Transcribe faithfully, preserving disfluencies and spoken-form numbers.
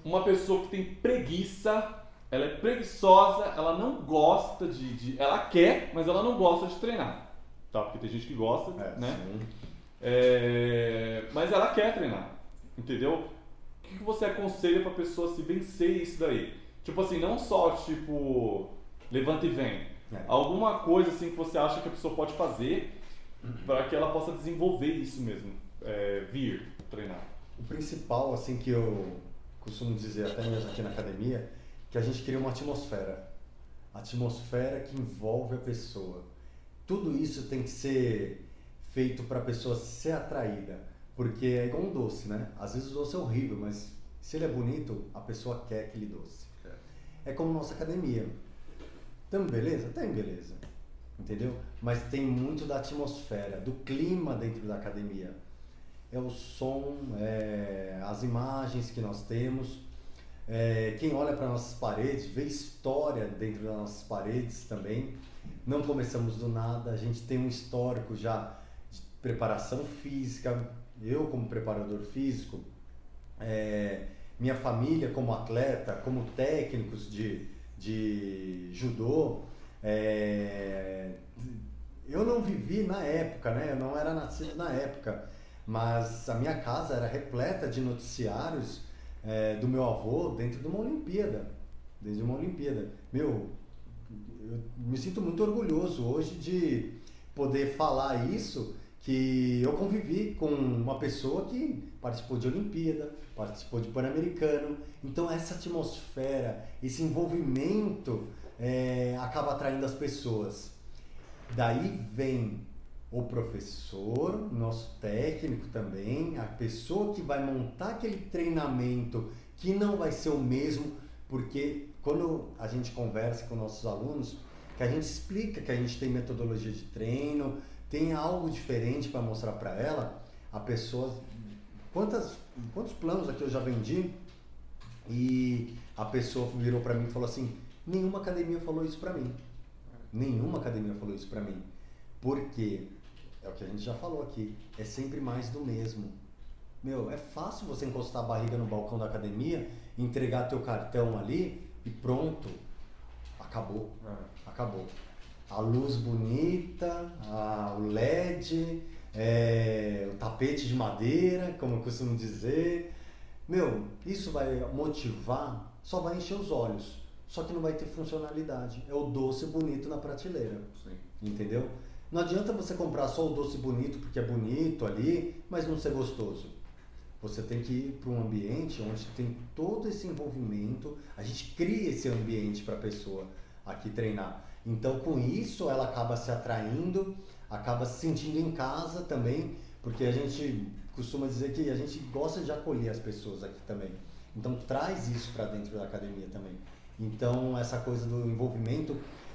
uma pessoa que tem preguiça, ela é preguiçosa, ela não gosta de, de- ela quer, mas ela não gosta de treinar, tá? Porque tem gente que gosta, É, né? sim. É, mas ela quer treinar, entendeu? O que que você aconselha pra pessoa se vencer isso daí? Tipo assim, não só tipo levanta e vem. É. Alguma coisa assim que você acha que a pessoa pode fazer para que ela possa desenvolver isso mesmo, é, vir treinar. O principal, assim, que eu costumo dizer até mesmo aqui na academia, que a gente cria uma atmosfera. Atmosfera que envolve a pessoa. Tudo isso tem que ser feito para a pessoa ser atraída, porque é igual um doce, né? Às vezes o doce é horrível, mas se ele é bonito, a pessoa quer aquele doce. É como nossa academia. Tem beleza? Tem beleza. Entendeu? Mas tem muito da atmosfera, do clima dentro da academia. É o som, é as imagens que nós temos. É, quem olha para nossas paredes vê história dentro das nossas paredes também. Não começamos do nada, a gente tem um histórico já de preparação física. Eu como preparador físico, é, minha família como atleta, como técnicos de, de judô. É, eu não vivi na época, né? Eu não era nascido na época, mas a minha casa era repleta de noticiários é, do meu avô dentro de uma Olimpíada, dentro de uma Olimpíada. Meu, eu me sinto muito orgulhoso hoje de poder falar isso, que eu convivi com uma pessoa que participou de Olimpíada, participou de Pan-Americano. Então essa atmosfera, esse envolvimento é, acaba atraindo as pessoas. Daí vem o professor, nosso técnico também, a pessoa que vai montar aquele treinamento que não vai ser o mesmo, porque quando a gente conversa com nossos alunos, que a gente explica que a gente tem metodologia de treino, tem algo diferente para mostrar para ela, a pessoa... Quantas, quantos planos aqui eu já vendi e a pessoa virou para mim e falou assim, nenhuma academia falou isso para mim. Nenhuma academia falou isso pra mim. Porque, é o que a gente já falou aqui, é sempre mais do mesmo. Meu, é fácil você encostar a barriga no balcão da academia, entregar teu cartão ali e pronto. Acabou. É. Acabou. A luz bonita, a, o L E D, é, o tapete de madeira, como eu costumo dizer. Meu, isso vai motivar, só vai encher os olhos. Só que não vai ter funcionalidade. É o doce bonito na prateleira. Sim. Entendeu? Não adianta você comprar só o doce bonito porque é bonito ali, mas não ser gostoso. Você tem que ir para um ambiente onde tem todo esse envolvimento. A gente cria esse ambiente para a pessoa aqui treinar. Então, com isso, ela acaba se atraindo, acaba se sentindo em casa também, porque a gente costuma dizer que a gente gosta de acolher as pessoas aqui também. Então, traz isso para dentro da academia também. Então, essa coisa do envolvimento,